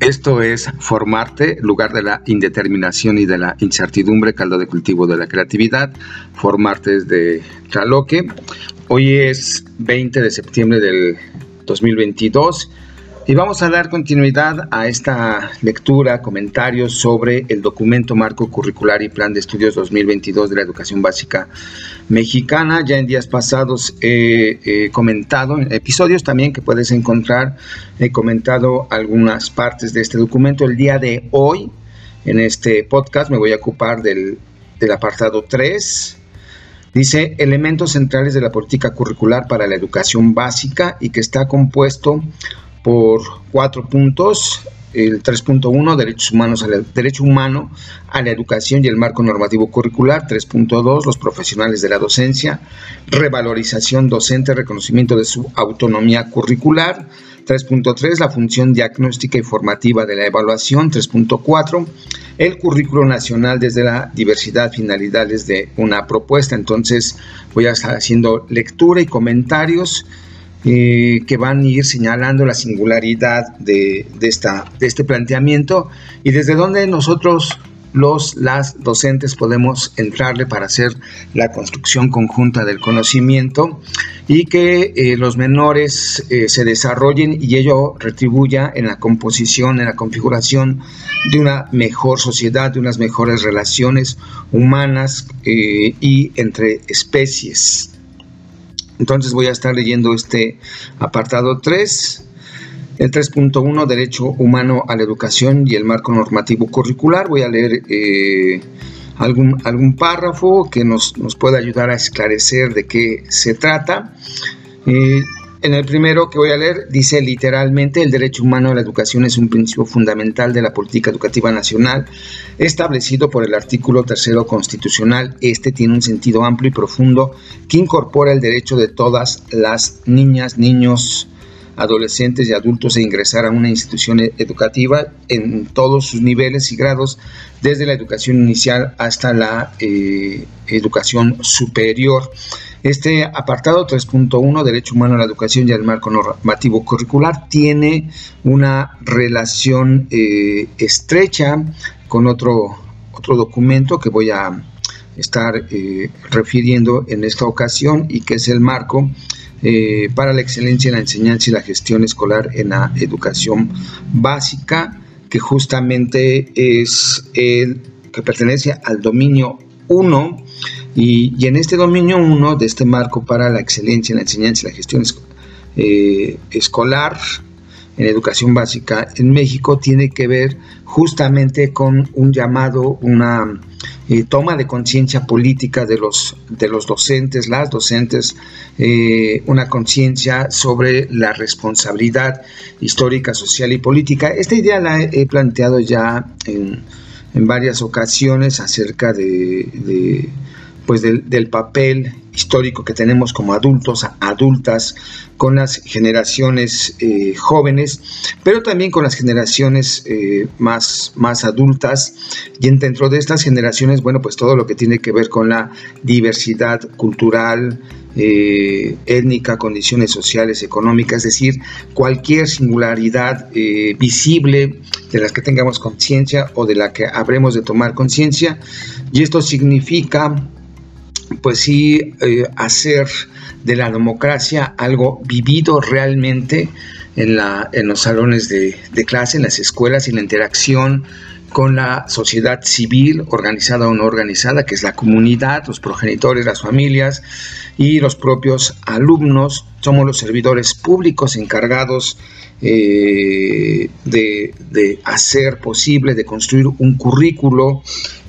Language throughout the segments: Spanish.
Esto es Formarte, lugar de la indeterminación y de la incertidumbre, caldo de cultivo de la creatividad. Formarte desde Tlaloque. Hoy es 20 de septiembre del 2022 y vamos a dar continuidad a esta lectura, comentarios sobre el documento Marco Curricular y Plan de Estudios 2022 de la Educación Básica Mexicana. Ya en días pasados he comentado, en episodios también que puedes encontrar, he comentado algunas partes de este documento. El día de hoy, en este podcast, me voy a ocupar del apartado 3. Dice, elementos centrales de la política curricular para la educación básica, y que está compuesto por 4 puntos. El 3.1, derecho humano a la educación y el marco normativo curricular. 3.2, los profesionales de la docencia. Revalorización docente, reconocimiento de su autonomía curricular. 3.3, la función diagnóstica y formativa de la evaluación. 3.4, el currículo nacional desde la diversidad, finalidades de una propuesta. Entonces voy a estar haciendo lectura y comentarios que van a ir señalando la singularidad de este planteamiento y desde donde nosotros las docentes podemos entrarle para hacer la construcción conjunta del conocimiento y que los menores se desarrollen y ello retribuya en la composición, en la configuración de una mejor sociedad, de unas mejores relaciones humanas y entre especies. Entonces voy a estar leyendo este apartado 3, el 3.1, derecho humano a la educación y el marco normativo curricular. Voy a leer algún párrafo que nos pueda ayudar a esclarecer de qué se trata. En el primero que voy a leer dice literalmente: el derecho humano a la educación es un principio fundamental de la política educativa nacional establecido por el artículo 3º constitucional. Este tiene un sentido amplio y profundo que incorpora el derecho de todas las niñas, niños, adolescentes y adultos a ingresar a una institución educativa en todos sus niveles y grados, desde la educación inicial hasta la educación superior. Este apartado 3.1, derecho humano a la educación y al marco normativo curricular, tiene una relación estrecha con otro documento que voy a estar refiriendo en esta ocasión, y que es el marco para la excelencia en la enseñanza y la gestión escolar en la educación básica, que justamente es el que pertenece al dominio 1, y en este dominio 1 de este marco para la excelencia en la enseñanza y la gestión escolar en educación básica en México tiene que ver justamente con un llamado, una toma de conciencia política de los docentes, las docentes, una conciencia sobre la responsabilidad histórica, social y política. Esta idea la he planteado ya en varias ocasiones acerca del papel histórico que tenemos como adultos, adultas, con las generaciones jóvenes, pero también con las generaciones más adultas, y dentro de estas generaciones, bueno, pues todo lo que tiene que ver con la diversidad cultural, étnica, condiciones sociales, económicas, es decir, cualquier singularidad visible de las que tengamos conciencia o de la que habremos de tomar conciencia, y esto significa pues sí, hacer de la democracia algo vivido realmente en los salones de clase, en las escuelas, y en la interacción con la sociedad civil, organizada o no organizada, que es la comunidad, los progenitores, las familias y los propios alumnos. Somos los servidores públicos encargados de hacer posible, de construir un currículo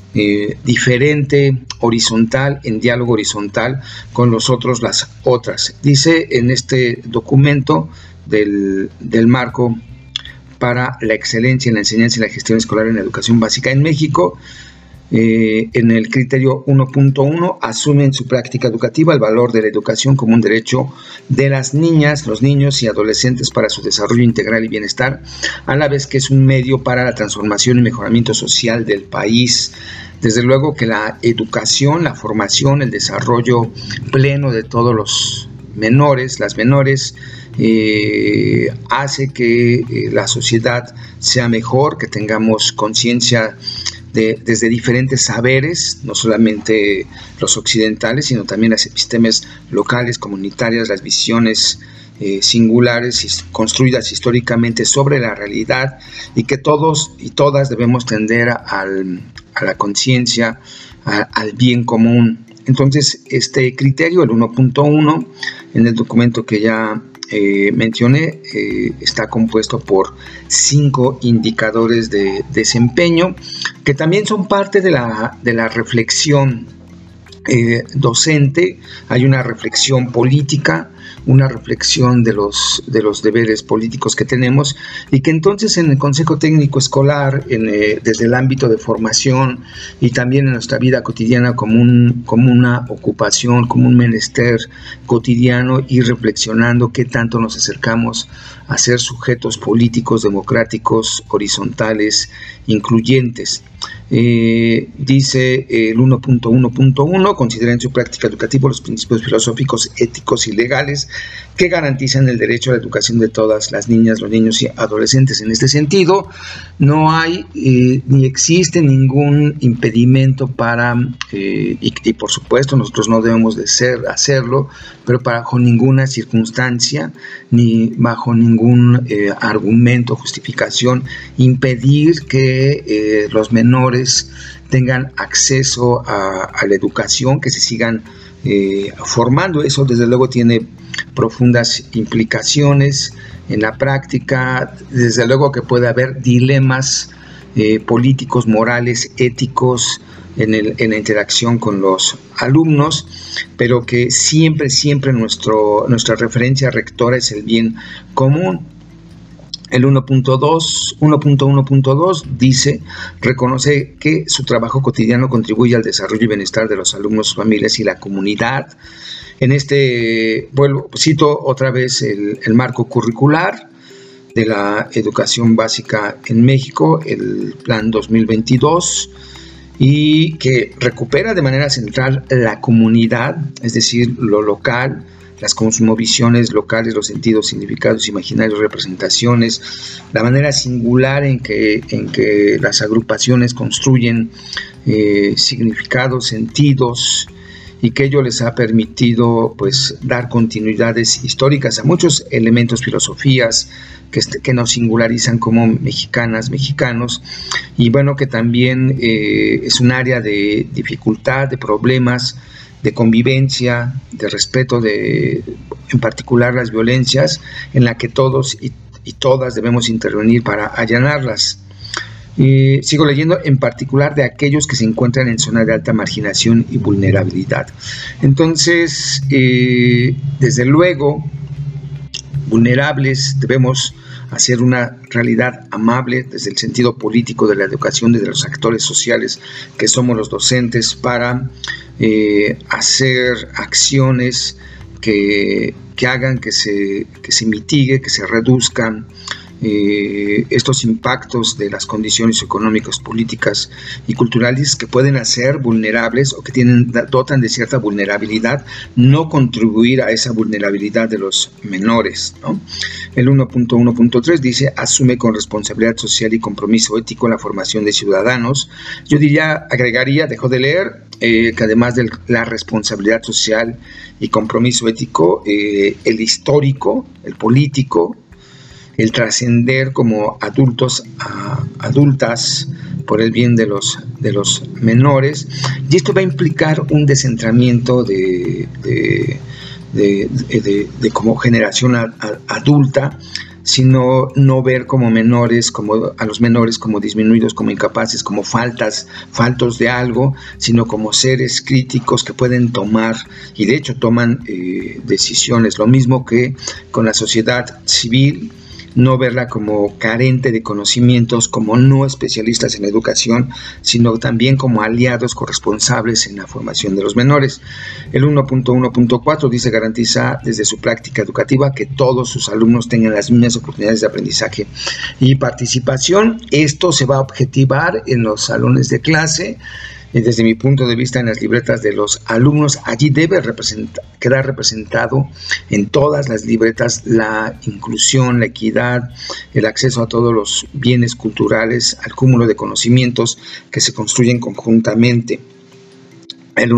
diferente, horizontal, en diálogo horizontal con los otros, las otras. Dice en este documento del marco para la excelencia en la enseñanza y la gestión escolar en la educación básica en México, en el criterio 1.1, asume en su práctica educativa el valor de la educación como un derecho de las niñas, los niños y adolescentes para su desarrollo integral y bienestar, a la vez que es un medio para la transformación y mejoramiento social del país. Desde luego que la educación, la formación, el desarrollo pleno de todos menores, las menores, hace que la sociedad sea mejor, que tengamos conciencia desde diferentes saberes, no solamente los occidentales, sino también las epistemes locales, comunitarias, las visiones singulares construidas históricamente sobre la realidad, y que todos y todas debemos tender a la conciencia, al bien común. Entonces, este criterio, el 1.1, en el documento que ya mencioné, está compuesto por 5 indicadores de desempeño, que también son parte de la reflexión docente. Hay una reflexión política, una reflexión de los deberes políticos que tenemos, y que entonces en el Consejo Técnico Escolar, desde el ámbito de formación y también en nuestra vida cotidiana como una ocupación, como un menester cotidiano, ir reflexionando qué tanto nos acercamos a ser sujetos políticos, democráticos, horizontales, incluyentes. Dice el 1.1.1, considera en su práctica educativa los principios filosóficos, éticos y legales que garantizan el derecho a la educación de todas las niñas, los niños y adolescentes. En este sentido, no hay ni existe ningún impedimento para, y por supuesto nosotros no debemos de hacerlo, pero bajo ninguna circunstancia, ni bajo ningún argumento, justificación, impedir que los menores tengan acceso a la educación, que se sigan formando. Eso desde luego tiene profundas implicaciones en la práctica. Desde luego que puede haber dilemas políticos, morales, éticos en la interacción con los alumnos, pero que siempre nuestra referencia rectora es el bien común. El 1.1.2 dice: reconoce que su trabajo cotidiano contribuye al desarrollo y bienestar de los alumnos, familias y la comunidad. En cito otra vez el marco curricular de la educación básica en México, el Plan 2022, y que recupera de manera central la comunidad, es decir, lo local, las cosmovisiones locales, los sentidos, significados, imaginarios, representaciones, la manera singular en que las agrupaciones construyen significados, sentidos, y que ello les ha permitido pues dar continuidades históricas a muchos elementos, filosofías que nos singularizan como mexicanas, mexicanos, y bueno, que también es un área de dificultad, de problemas, de convivencia, de respeto, en particular las violencias, en la que todos y todas debemos intervenir para allanarlas. Sigo leyendo: en particular de aquellos que se encuentran en zona de alta marginación y vulnerabilidad. Entonces, desde luego, vulnerables, debemos hacer una realidad amable desde el sentido político de la educación, desde los actores sociales que somos los docentes, para hacer acciones que hagan que se mitigue, que se reduzcan estos impactos de las condiciones económicas, políticas y culturales que pueden hacer vulnerables o que dotan de cierta vulnerabilidad, no contribuir a esa vulnerabilidad de los menores, ¿no? El 1.1.3 dice: asume con responsabilidad social y compromiso ético la formación de ciudadanos. Yo agregaría, dejo de leer, que además de la responsabilidad social y compromiso ético, el histórico, el político, el trascender como adultas por el bien de los menores, y esto va a implicar un descentramiento de como generación adulta, sino no ver a los menores como disminuidos, como incapaces, como faltos de algo, sino como seres críticos que pueden tomar, y de hecho toman decisiones. Lo mismo que con la sociedad civil, no verla como carente de conocimientos, como no especialistas en educación, sino también como aliados corresponsables en la formación de los menores. El 1.1.4 dice: garantiza desde su práctica educativa que todos sus alumnos tengan las mismas oportunidades de aprendizaje y participación. Esto se va a objetivar en los salones de clase, desde mi punto de vista, en las libretas de los alumnos. Allí debe quedar representado en todas las libretas la inclusión, la equidad, el acceso a todos los bienes culturales, al cúmulo de conocimientos que se construyen conjuntamente. El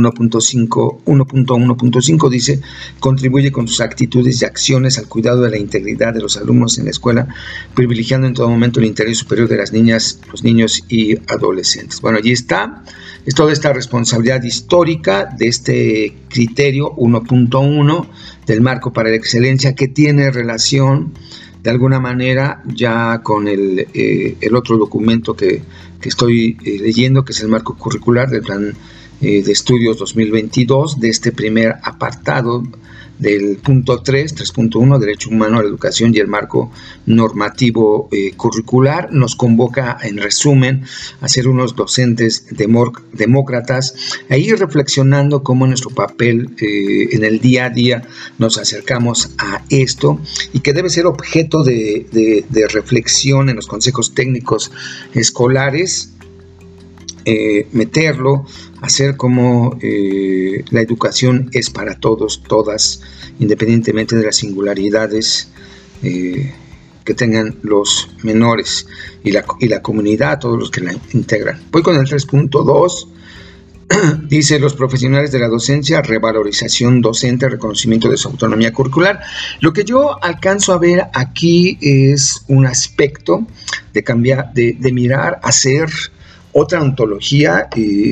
1.1.5 dice: contribuye con sus actitudes y acciones al cuidado de la integridad de los alumnos en la escuela, privilegiando en todo momento el interés superior de las niñas, los niños y adolescentes. Bueno, allí está, es toda esta responsabilidad histórica de este criterio 1.1 del marco para la excelencia, que tiene relación de alguna manera ya con el otro documento que estoy leyendo, que es el marco curricular del plan de estudios 2022, de este primer apartado del punto 3.1, derecho humano a la educación y el marco normativo curricular. Nos convoca, en resumen, a ser unos docentes demócratas, a ir reflexionando cómo en nuestro papel en el día a día nos acercamos a esto, y que debe ser objeto de reflexión en los consejos técnicos escolares. Meterlo, hacer como la educación es para todos, todas, independientemente de las singularidades que tengan los menores y la comunidad, todos los que la integran. Voy con el 3.2. Dice: los profesionales de la docencia, revalorización docente, reconocimiento de su autonomía curricular. Lo que yo alcanzo a ver aquí es un aspecto de cambiar, de mirar, hacer otra ontología,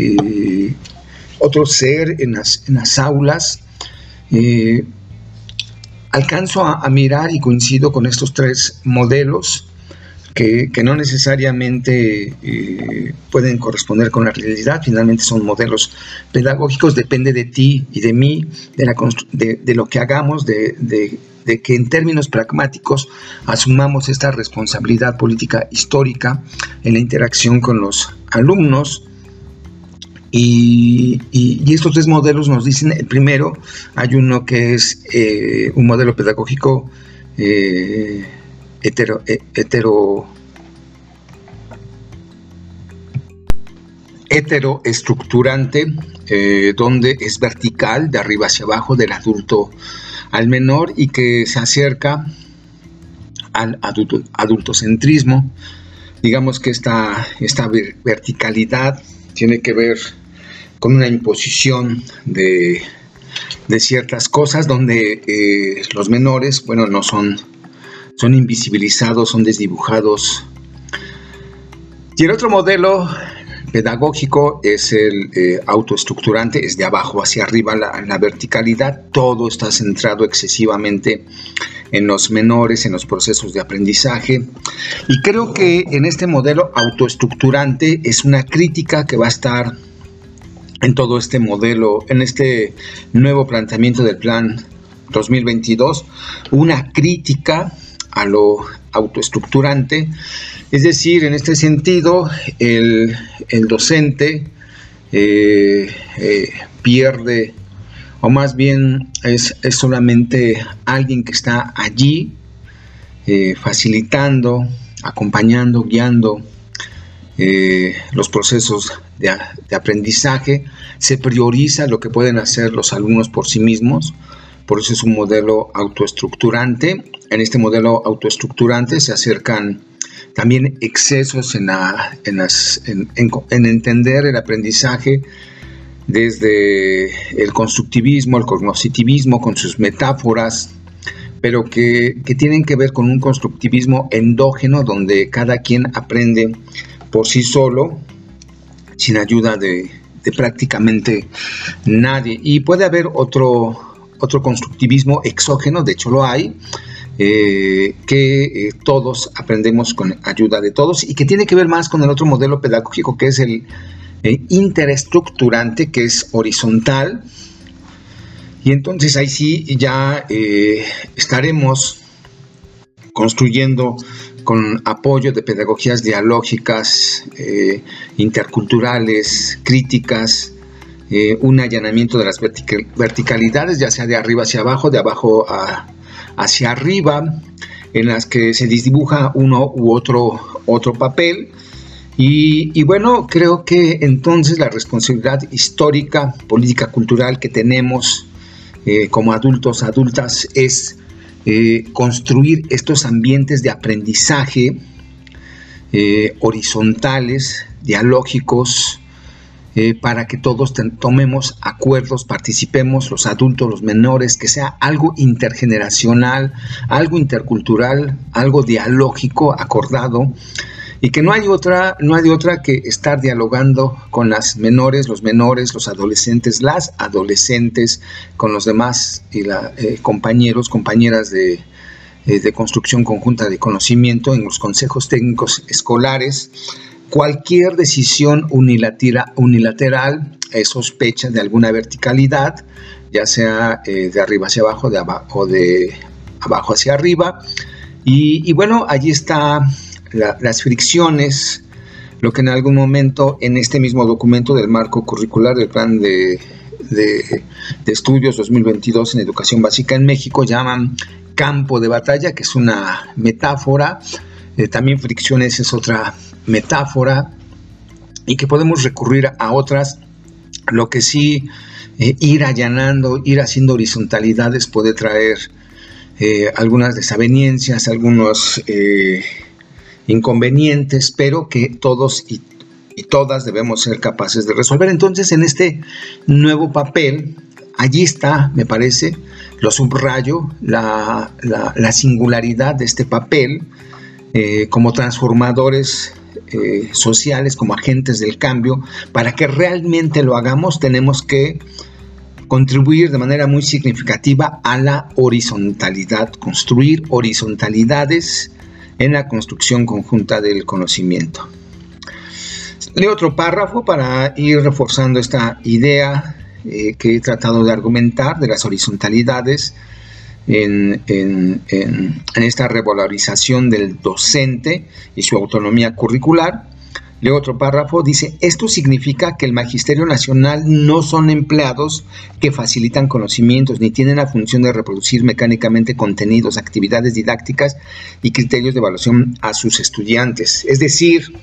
otro ser en las aulas. Alcanzo a mirar y coincido con estos tres modelos que no necesariamente pueden corresponder con la realidad. Finalmente son modelos pedagógicos, depende de ti y de mí, de lo que hagamos, de que en términos pragmáticos asumamos esta responsabilidad política histórica en la interacción con los alumnos. Y estos tres modelos nos dicen: el primero, hay uno que es un modelo pedagógico heteroestructurante, donde es vertical, de arriba hacia abajo, del adulto al menor, y que se acerca al adultocentrismo. Digamos que esta verticalidad tiene que ver con una imposición de ciertas cosas, donde los menores, bueno, no son invisibilizados, son desdibujados. Y el otro modelo pedagógico es el autoestructurante, es de abajo hacia arriba la verticalidad. Todo está centrado excesivamente en los menores, en los procesos de aprendizaje. Y creo que en este modelo autoestructurante es una crítica que va a estar en todo este modelo, en este nuevo planteamiento del plan 2022, una crítica a lo autoestructurante. Es decir, en este sentido, el docente pierde, o más bien es solamente alguien que está allí facilitando, acompañando, guiando los procesos de aprendizaje. Se prioriza lo que pueden hacer los alumnos por sí mismos. Por eso es un modelo autoestructurante. En este modelo autoestructurante se acercan también excesos en entender el aprendizaje desde el constructivismo, el cognoscitivismo, con sus metáforas, pero que tienen que ver con un constructivismo endógeno, donde cada quien aprende por sí solo, sin ayuda de prácticamente nadie. Y puede haber otro constructivismo exógeno, de hecho lo hay, que todos aprendemos con ayuda de todos, y que tiene que ver más con el otro modelo pedagógico, que es el interestructurante, que es horizontal. Y entonces ahí sí ya estaremos construyendo con apoyo de pedagogías dialógicas, interculturales, críticas, un allanamiento de las verticalidades, ya sea de arriba hacia abajo, de abajo hacia arriba, en las que se desdibuja uno u otro papel, Y bueno, creo que entonces la responsabilidad histórica, política, cultural que tenemos como adultos, adultas, es construir estos ambientes de aprendizaje horizontales, dialógicos, para que todos tomemos acuerdos, participemos, los adultos, los menores, que sea algo intergeneracional, algo intercultural, algo dialógico, acordado, y que no hay otra que estar dialogando con las menores, los adolescentes, las adolescentes, con los demás y compañeros, compañeras de construcción conjunta de conocimiento en los consejos técnicos escolares. Cualquier decisión unilateral sospecha de alguna verticalidad, ya sea de arriba hacia abajo, o de abajo hacia arriba. Y bueno, allí está las fricciones, lo que en algún momento en este mismo documento del marco curricular del Plan de Estudios 2022 en Educación Básica en México llaman campo de batalla, que es una metáfora. También fricciones es otra metáfora, y que podemos recurrir a otras. Lo que sí, ir allanando, ir haciendo horizontalidades puede traer algunas desavenencias, algunos inconvenientes, pero que todos y todas debemos ser capaces de resolver. Entonces, en este nuevo papel, allí está, me parece, lo subrayo, la singularidad de este papel como transformadores sociales, como agentes del cambio. Para que realmente lo hagamos, tenemos que contribuir de manera muy significativa a la horizontalidad, construir horizontalidades en la construcción conjunta del conocimiento. Leo otro párrafo para ir reforzando esta idea que he tratado de argumentar de las horizontalidades en esta revalorización del docente y su autonomía curricular. Leo otro párrafo, dice: esto significa que el Magisterio Nacional no son empleados que facilitan conocimientos ni tienen la función de reproducir mecánicamente contenidos, actividades didácticas y criterios de evaluación a sus estudiantes. Es decir,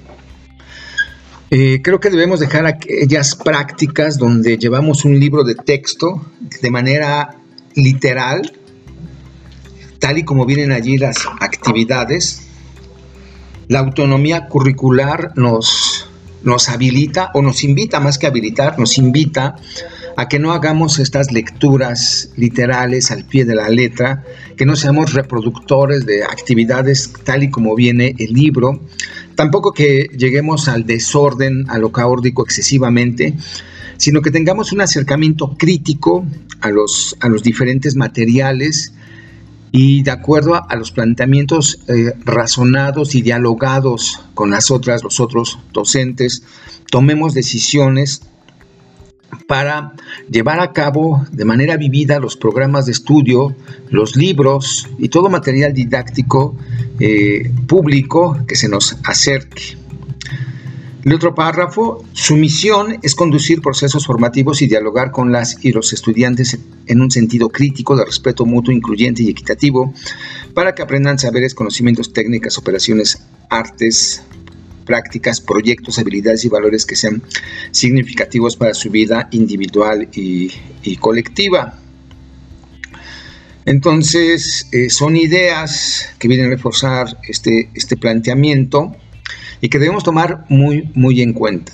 creo que debemos dejar aquellas prácticas donde llevamos un libro de texto de manera literal, tal y como vienen allí las actividades. La autonomía curricular nos habilita, o nos invita, más que habilitar, nos invita a que no hagamos estas lecturas literales al pie de la letra, que no seamos reproductores de actividades tal y como viene el libro, tampoco que lleguemos al desorden, a lo caótico excesivamente, sino que tengamos un acercamiento crítico a los diferentes materiales, y de acuerdo a los planteamientos razonados y dialogados con los otros docentes, tomemos decisiones para llevar a cabo de manera vivida los programas de estudio, los libros y todo material didáctico público que se nos acerque. El otro párrafo: su misión es conducir procesos formativos y dialogar con las y los estudiantes en un sentido crítico de respeto mutuo, incluyente y equitativo, para que aprendan saberes, conocimientos, técnicas, operaciones, artes, prácticas, proyectos, habilidades y valores que sean significativos para su vida individual y colectiva. Entonces, son ideas que vienen a reforzar este planteamiento y que debemos tomar muy, muy en cuenta.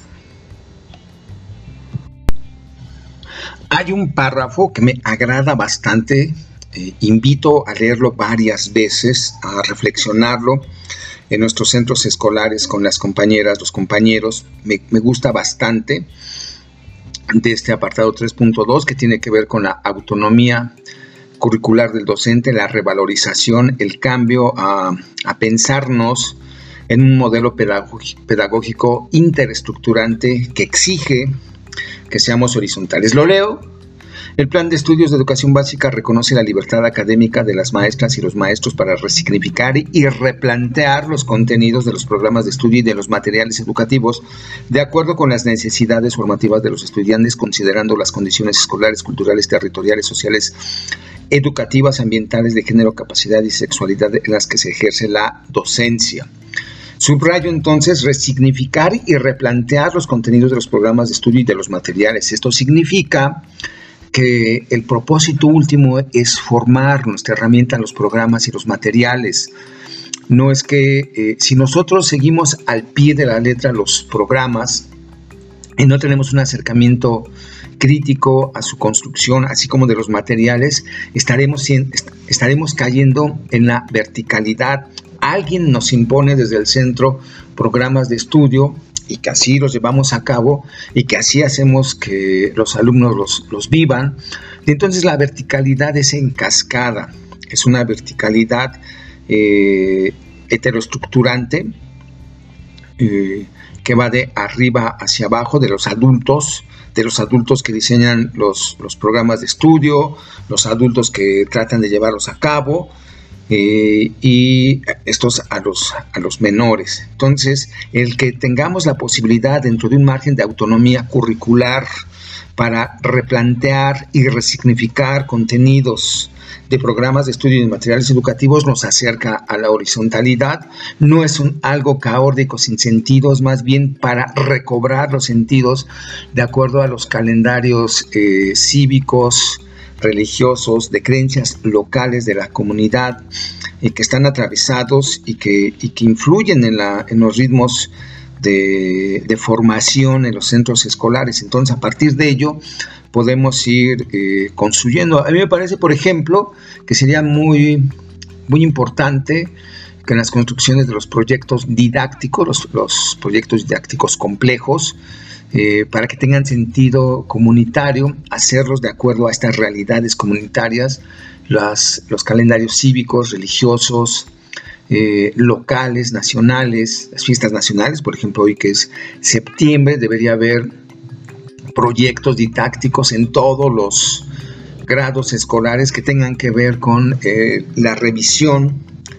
Hay un párrafo que me agrada bastante, invito a leerlo varias veces, a reflexionarlo en nuestros centros escolares con las compañeras, los compañeros. Me gusta bastante, de este apartado 3.2, que tiene que ver con la autonomía curricular del docente, la revalorización, el cambio a pensarnos en un modelo pedagógico interestrukturante que exige que seamos horizontales. Lo leo. El Plan de Estudios de Educación Básica reconoce la libertad académica de las maestras y los maestros para resignificar y replantear los contenidos de los programas de estudio y de los materiales educativos de acuerdo con las necesidades formativas de los estudiantes, considerando las condiciones escolares, culturales, territoriales, sociales, educativas, ambientales, de género, capacidad y sexualidad en las que se ejerce la docencia. Subrayo entonces resignificar y replantear los contenidos de los programas de estudio y de los materiales. Esto significa que el propósito último es formar nuestra herramienta en los programas y los materiales. No es que si nosotros seguimos al pie de la letra los programas y no tenemos un acercamiento crítico a su construcción, así como de los materiales, estaremos cayendo en la verticalidad. Alguien nos impone desde el centro programas de estudio y que así los llevamos a cabo y que así hacemos que los alumnos los vivan. Y entonces la verticalidad es en cascada, es una verticalidad heteroestructurante que va de arriba hacia abajo, de los adultos que diseñan los programas de estudio, los adultos que tratan de llevarlos a cabo, y estos a los menores. Entonces, el que tengamos la posibilidad dentro de un margen de autonomía curricular para replantear y resignificar contenidos de programas de estudio y de materiales educativos nos acerca a la horizontalidad. No es algo caótico sin sentidos, más bien para recobrar los sentidos de acuerdo a los calendarios cívicos, religiosos, de creencias locales de la comunidad, que están atravesados y que influyen en los ritmos de formación en los centros escolares. Entonces, a partir de ello, podemos ir construyendo. A mí me parece, por ejemplo, que sería muy, muy importante que en las construcciones de los proyectos didácticos, los proyectos didácticos complejos, para que tengan sentido comunitario, hacerlos de acuerdo a estas realidades comunitarias, los calendarios cívicos, religiosos, locales, nacionales, las fiestas nacionales. Por ejemplo, hoy que es septiembre, debería haber proyectos didácticos en todos los grados escolares que tengan que ver con la revisión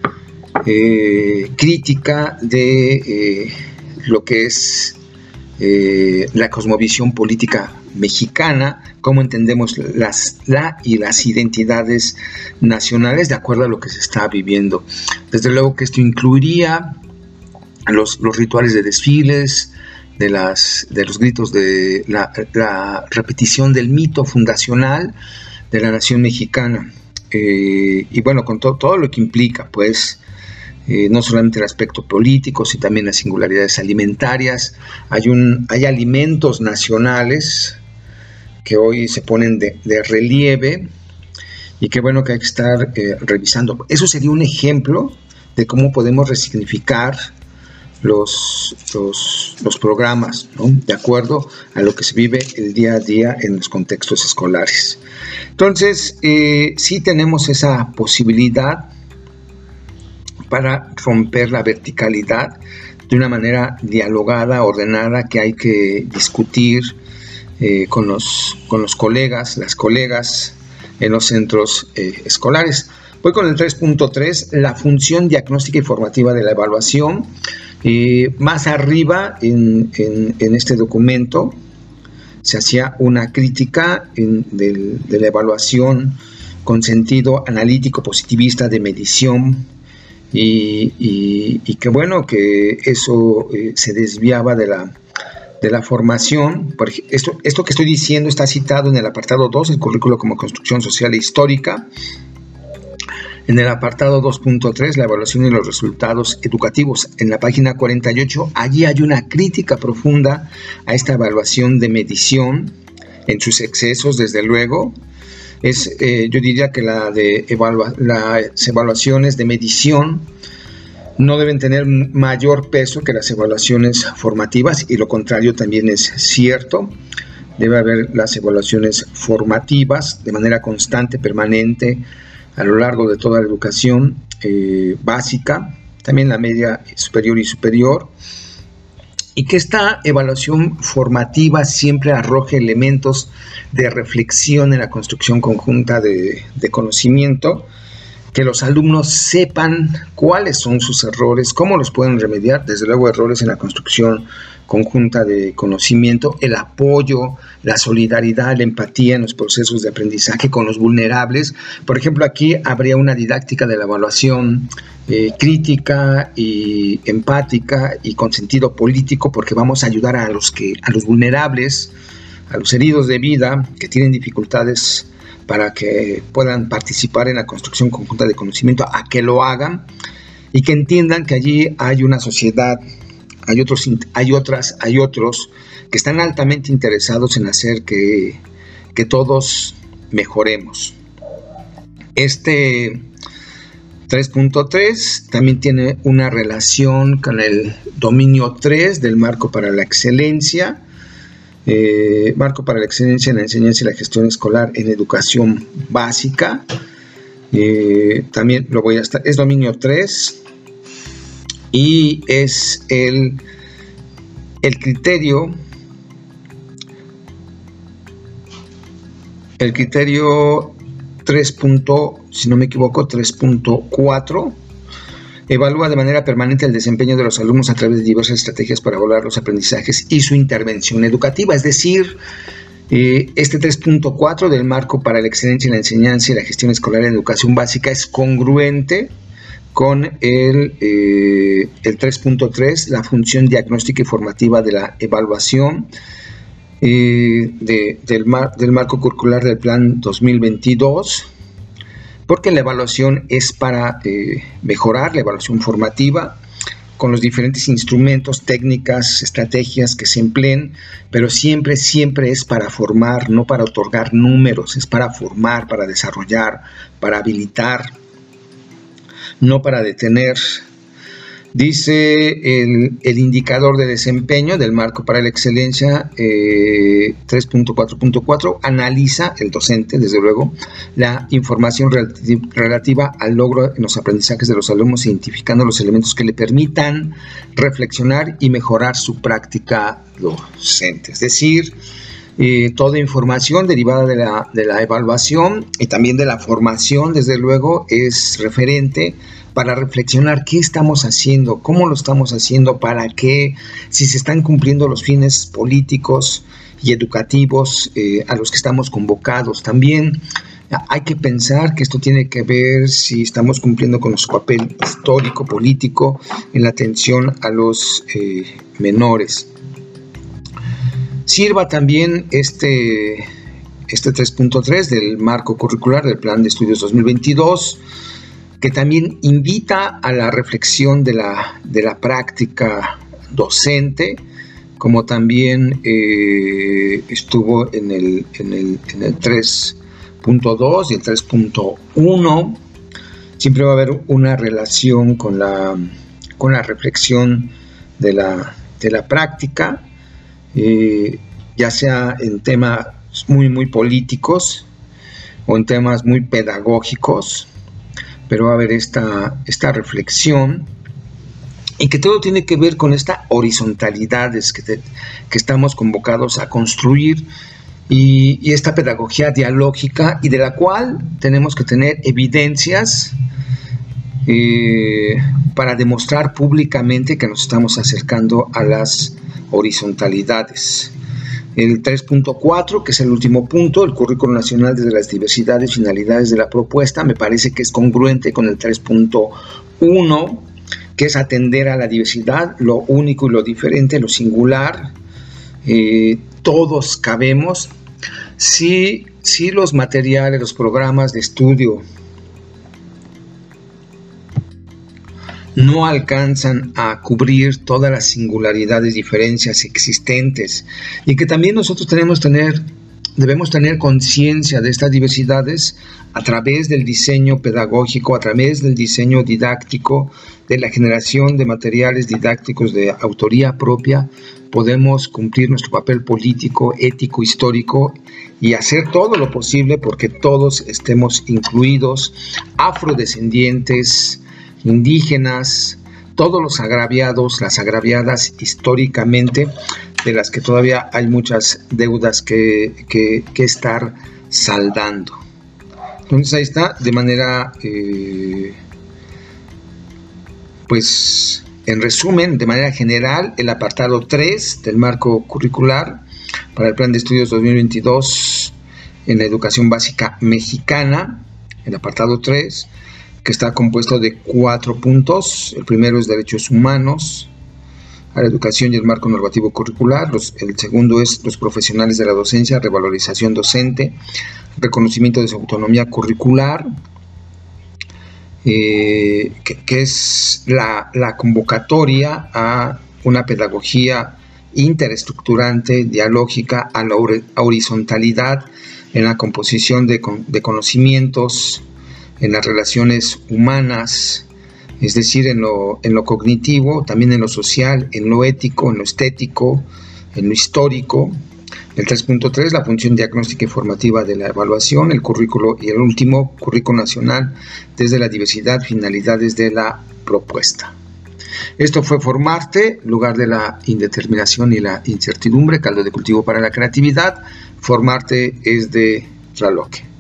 crítica de lo que es la cosmovisión política mexicana, cómo entendemos las identidades nacionales de acuerdo a lo que se está viviendo. Desde luego que esto incluiría los rituales de desfiles, de los gritos, de la repetición del mito fundacional de la nación mexicana, y bueno, con todo lo que implica, pues, no solamente el aspecto político, sino también las singularidades alimentarias. Hay alimentos nacionales que hoy se ponen de relieve y que bueno que hay que estar revisando. Eso sería un ejemplo de cómo podemos resignificar los programas, ¿no?, de acuerdo a lo que se vive el día a día en los contextos escolares. Entonces, sí tenemos esa posibilidad para romper la verticalidad de una manera dialogada, ordenada, que hay que discutir con los colegas, las colegas en los centros escolares. Voy con el 3.3, la función diagnóstica y formativa de la evaluación. Más arriba en este documento se hacía una crítica de la evaluación con sentido analítico, positivista, de medición, y que bueno, que eso se desviaba de la formación. Por ejemplo, esto que estoy diciendo está citado en el apartado 2, el currículo como construcción social e histórica. En el apartado 2.3, la evaluación y los resultados educativos, en la página 48, allí hay una crítica profunda a esta evaluación de medición, en sus excesos, desde luego. Yo diría que las evaluaciones de medición no deben tener mayor peso que las evaluaciones formativas, y lo contrario también es cierto. Debe haber las evaluaciones formativas de manera constante, permanente, a lo largo de toda la educación básica, también la media superior y superior, y que esta evaluación formativa siempre arroje elementos de reflexión en la construcción conjunta de conocimiento, que los alumnos sepan cuáles son sus errores, cómo los pueden remediar, desde luego errores en la construcción conjunta de conocimiento, el apoyo, la solidaridad, la empatía en los procesos de aprendizaje con los vulnerables. Por ejemplo, aquí habría una didáctica de la evaluación crítica y empática y con sentido político, porque vamos a ayudar a los vulnerables, a los heridos de vida que tienen dificultades para que puedan participar en la construcción conjunta de conocimiento, a que lo hagan y que entiendan que allí hay una sociedad, hay otros que están altamente interesados en hacer que todos mejoremos. Este 3.3 también tiene una relación con el dominio 3 del marco para la excelencia. Marco para la excelencia en la enseñanza y la gestión escolar en educación básica. También es dominio 3 y es el criterio 3. Si no me equivoco, 3.4. Evalúa de manera permanente el desempeño de los alumnos a través de diversas estrategias para evaluar los aprendizajes y su intervención educativa. Es decir, este 3.4 del marco para la excelencia en la enseñanza y la gestión escolar en educación básica es congruente con el 3.3, la función diagnóstica y formativa de la evaluación del marco curricular del Plan 2022, porque la evaluación es para mejorar la evaluación formativa con los diferentes instrumentos, técnicas, estrategias que se empleen, pero siempre es para formar, no para otorgar números, es para formar, para desarrollar, para habilitar, no para detener. Dice el indicador de desempeño del marco para la excelencia 3.4.4, analiza el docente, desde luego, la información relativa al logro en los aprendizajes de los alumnos, identificando los elementos que le permitan reflexionar y mejorar su práctica docente. Es decir, toda información derivada de la evaluación y también de la formación, desde luego, es referente para reflexionar qué estamos haciendo, cómo lo estamos haciendo, para qué, si se están cumpliendo los fines políticos y educativos a los que estamos convocados. También hay que pensar que esto tiene que ver si estamos cumpliendo con nuestro papel histórico, político, en la atención a los menores. Sirva también este 3.3 del marco curricular del Plan de Estudios 2022, que también invita a la reflexión de la práctica docente, como también estuvo en el 3.2 y el 3.1. Siempre va a haber una relación con la reflexión de la práctica, ya sea en temas muy políticos o en temas muy pedagógicos, pero va a haber esta reflexión, y que todo tiene que ver con esta horizontalidad que estamos convocados a construir, y esta pedagogía dialógica, y de la cual tenemos que tener evidencias para demostrar públicamente que nos estamos acercando a las horizontalidades. El 3.4, que es el último punto, el currículo nacional desde las diversidades y finalidades de la propuesta, me parece que es congruente con el 3.1, que es atender a la diversidad, lo único y lo diferente, lo singular. Todos cabemos. Si los materiales, los programas de estudio no alcanzan a cubrir todas las singularidades, diferencias existentes, y que también nosotros debemos tener conciencia de estas diversidades a través del diseño pedagógico, a través del diseño didáctico, de la generación de materiales didácticos de autoría propia. Podemos cumplir nuestro papel político, ético, histórico, y hacer todo lo posible porque todos estemos incluidos, afrodescendientes, indígenas, todos los agraviados, las agraviadas históricamente, de las que todavía hay muchas deudas que estar saldando. Entonces ahí está, de manera, pues en resumen, de manera general, el apartado 3 del marco curricular para el Plan de Estudios 2022 en la educación básica mexicana, el apartado 3, que está compuesto de 4 puntos. El primero es derechos humanos a la educación y el marco normativo curricular. El segundo es los profesionales de la docencia, revalorización docente, reconocimiento de su autonomía curricular, que es la convocatoria a una pedagogía interestructurante, dialógica, a la horizontalidad en la composición de conocimientos, en las relaciones humanas, es decir, en lo cognitivo, también en lo social, en lo ético, en lo estético, en lo histórico. El 3.3, la función diagnóstica y formativa de la evaluación, el currículo y el último, currículo nacional desde la diversidad, finalidades de la propuesta. Esto fue Formarte, lugar de la indeterminación y la incertidumbre, caldo de cultivo para la creatividad. Formarte es de Tlaloque.